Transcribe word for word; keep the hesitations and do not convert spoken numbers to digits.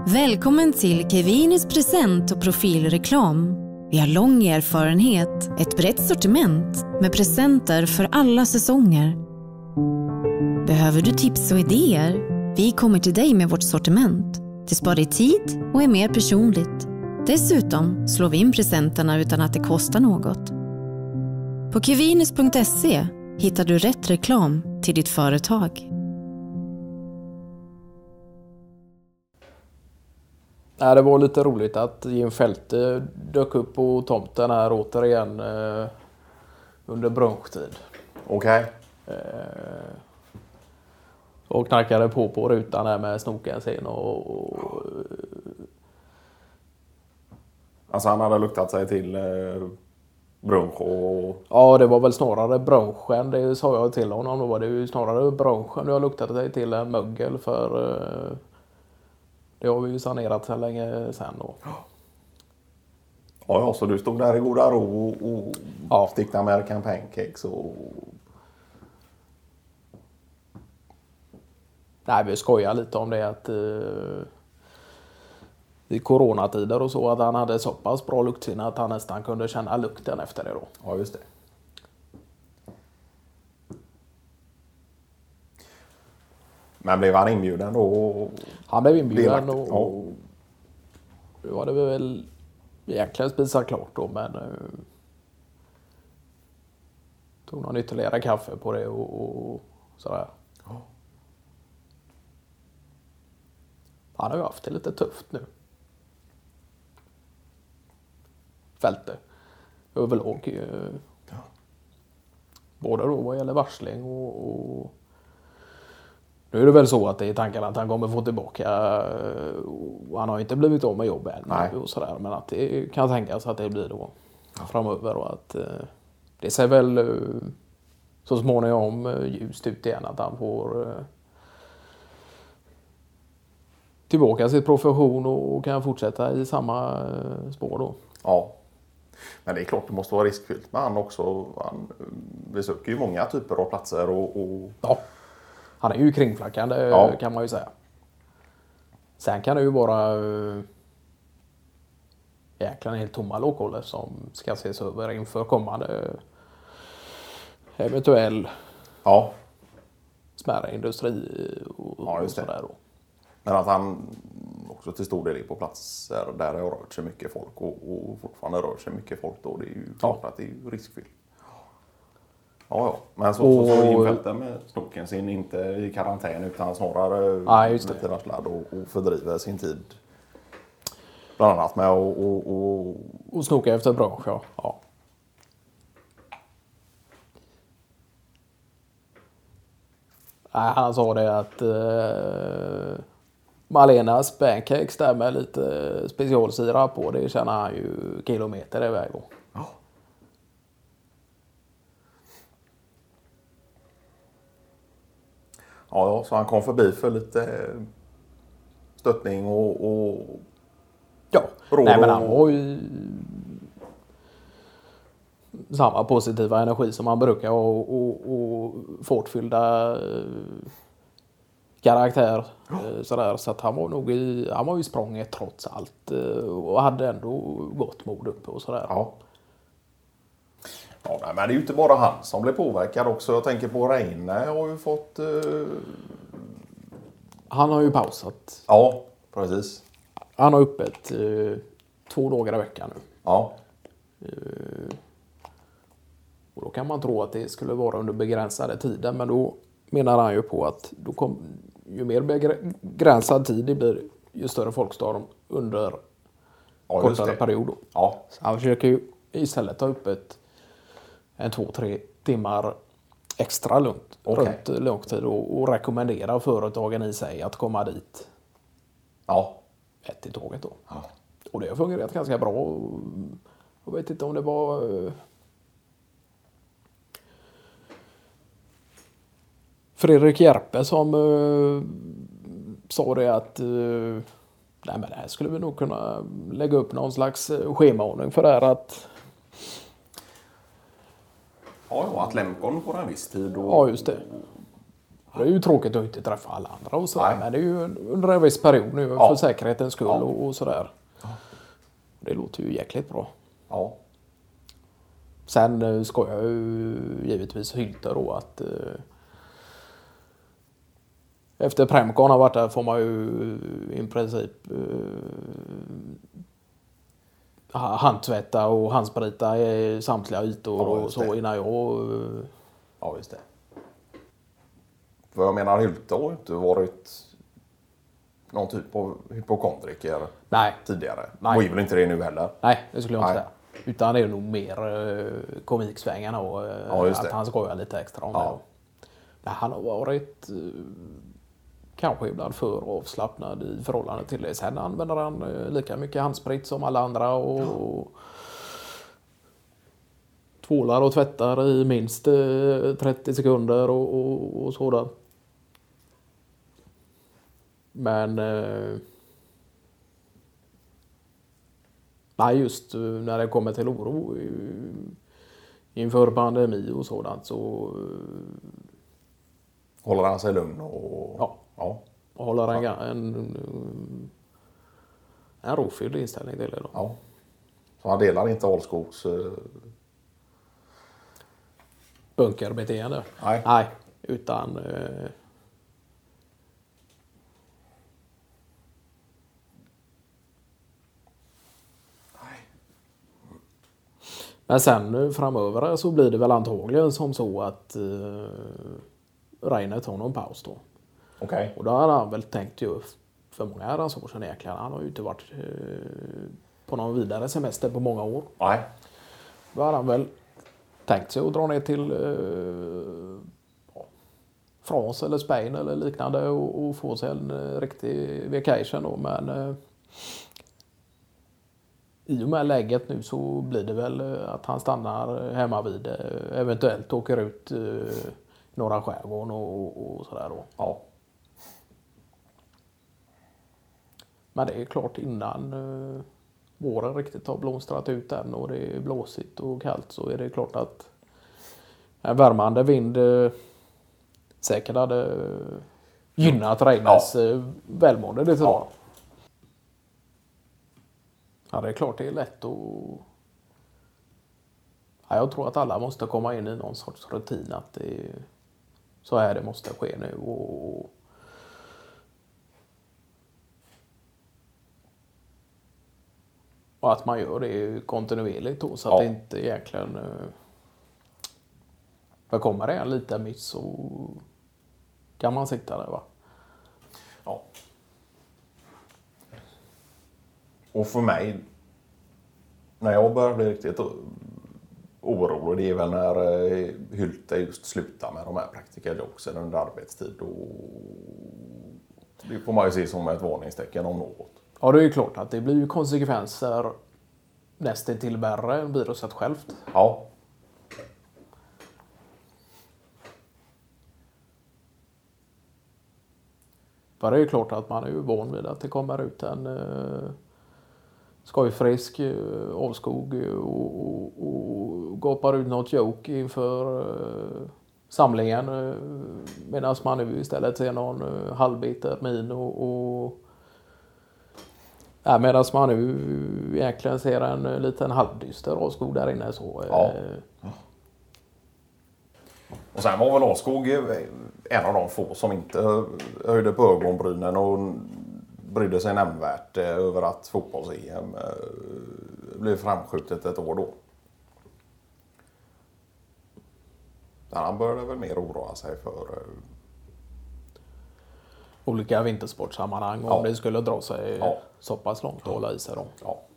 Välkommen till Kevinis present- och profilreklam. Vi har lång erfarenhet, ett brett sortiment med presenter för alla säsonger. Behöver du tips och idéer? Vi kommer till dig med vårt sortiment. Det sparar dig tid och är mer personligt. Dessutom slår vi in presenterna utan att det kostar något. På kevinis punkt se hittar du rätt reklam till ditt företag. Ja, det var lite roligt att Jim Fälte dök upp på tomten här återigen eh, under brunchtid. Okej. Okay. Eh, och knackade på på rutan här med snoken sin och... och alltså han hade luktat sig till eh, brunch och... Ja, det var väl snarare brunchen, det sa jag till honom. Då var det ju snarare brunchen du har luktat sig till en mögel för... Eh, det har vi ju sanerat så länge sen då. Ja, ja, så du stod där i goda ro och, och ja. stickade American pancakes och... Nej, vi skojar lite om det att uh, i coronatider och så att han hade så pass bra luktsinne att han nästan kunde känna lukten efter det då. Ja, just det. Men blev han inbjuden då? Han blev inbjuden blev och, och ja. Då var det väl egentligen spisat klart då, men uh, tog någon ytterligare kaffe på det och, och sådär. Ja. Han har ju haft det lite tufft nu. Fälte. Överlag. Uh, ja. Både då vad gäller varsling och, och nu är det väl så att det är tanken att han kommer få tillbaka, och han har inte blivit av med jobb än och sådär, men att det kan tänkas att det blir då ja. Framöver och att det ser väl så småningom ljust ut igen att han får tillbaka sitt profession och kan fortsätta i samma spår då. Ja. Men det är klart det måste vara riskfyllt med han också. Han besöker ju många typer av platser och... och... Ja. Han är ju kringflackande ja. Kan man ju säga. Sen kan det ju vara uh, jäkla helt tomma lokaler som ska ses över inför kommande uh, eventuell ja. smärre industri och, ja, just och sådär då. Men att han också till stor del är på platser där det har rört sig mycket folk och, och fortfarande rör sig mycket folk då. Det är ju klart ja. Att det är ju riskfyllt. Ja, ja. Men så, och, så, så infälten med snoken sin inte i karantän utan snarare ja, just det. Lite varslad och, och fördriver sin tid. Bland annat med att och, och, och snoka efter bransch, ja. ja. Nej, han sa det att uh, Malenas pancakes där med lite specialsirap på, det känner han ju kilometer iväg då. Ja. Ja, ja, så han kom förbi för lite stöttning och, och ja, nej men han har ju samma positiva energi som han brukar och, och, och fortfyllda karaktär ja. Sådär, så att han var nog i, han var ju språnget trots allt och hade ändå gott mod uppe och sådär. Ja. Ja, men det är ju inte bara han som blir påverkad också. Jag tänker på Reine har ju fått... Uh... Han har ju pausat. Ja, precis. Han har öppet uh, två dagar i veckan nu. Ja. Uh, och då kan man tro att det skulle vara under begränsade tider. Men då menar han ju på att då kom, ju mer begränsad tid det blir, ju större folkstorm under ja, kortare period. Då. Ja. Så han försöker ju istället ta upp ett en två, tre timmar extra lugnt, okay. runt långtid och, och rekommendera företagen i sig att komma dit. Ja. Ett i tåget då. Ja. Och det har fungerat ganska bra. Jag vet inte om det var... Fredrik Järpe som uh, sa det att uh, nej men det här skulle vi nog kunna lägga upp någon slags schemaordning för det här att ja, att Lemkon får en viss tid. Och, ja, just det. Det är ju tråkigt att inte träffa alla andra och sådär. Men det är ju under en viss period nu ja. för säkerhetens skull ja. och, och sådär. Ja. Det låter ju jäkligt bra. Ja. Sen ska jag ju givetvis hylta då att eh, efter Premcon har varit där får man ju i princip eh, handtvätta och handsprita i samtliga ytor ja, och så innan jag... Eh, ja, just det. För jag menar, Hylte har inte varit någon typ av hypokondriker Nej. tidigare. Nej. Och är väl inte det nu heller? Nej, det skulle jag inte säga. Utan det är nog mer eh, komiksvängarna och eh, ja, att han skojar lite extra om ja. det. Men han har varit eh, kanske ibland för avslappnad i förhållande till det. Sen använder han eh, lika mycket handsprit som alla andra och, ja. och tvålar och tvättar i minst eh, trettio sekunder och, och, och sådant. Men eh, nej, just när det kommer till oro inför pandemi och sådant så håller han sig lugn och ja, ja. och håller en, en, en rofylld inställning till det då. Ja. Så han delar inte Alskogs uh... bunkerbeteende. Nej. Nej, utan uh... Men sen framöver så blir det väl antagligen som så att uh, Reine tar någon paus då. Okay. Och då har han väl tänkt ju för många herrans år sedan egentligen. Han har ju inte varit uh, på någon vidare semester på många år. Nej. Då har han väl tänkt sig att dra ner till uh, France eller Spanien eller liknande och, och få sig en uh, riktig vacation då. Men uh, i och med läget nu så blir det väl att han stannar hemma vid, eventuellt åker ut i norra skärgården och, och sådär då. Ja. Men det är klart innan uh, våren riktigt har blomstrat ut än och det är blåsigt och kallt så är det klart att en värmande vind uh, säkert hade uh, gynnat Reines ja. uh, välmående lite ja. Ja, det är klart det är lätt att... Ja, jag tror att alla måste komma in i någon sorts rutin att det är... så här det måste ske nu och... och att man gör det kontinuerligt då så att ja. det inte egentligen... För kommer det en liten miss så kan man sitta där va? Ja. Och för mig, när jag börjar bli riktigt orolig, det är väl när Hylte just slutar med de här practical jokesen under arbetstid. Och det får man ju se som ett varningstecken om något. Ja, det är ju klart att det blir ju konsekvenser nästan till värre än viruset självt. Ja. För det är ju klart att man är ju van vid att det kommer ut en... Uh, skojfrisk Alskog och, och, och gapar ut något joke inför uh, samlingen uh, medan man nu istället ser någon uh, halvbitter min och, och ja, medan man nu egentligen ser en uh, liten halvdyster Alskog där inne så ja. uh, och sen var väl Alskog en av de få som inte höjde på ögonbrynen och brydde sig nämnvärt eh, över att fotbolls-E M eh, blev framskjutet ett år då. Där han började väl mer oroa sig för eh... olika vintersportsammanhang ja. om det skulle dra sig ja. så pass långt och hålla i sig då. Ja.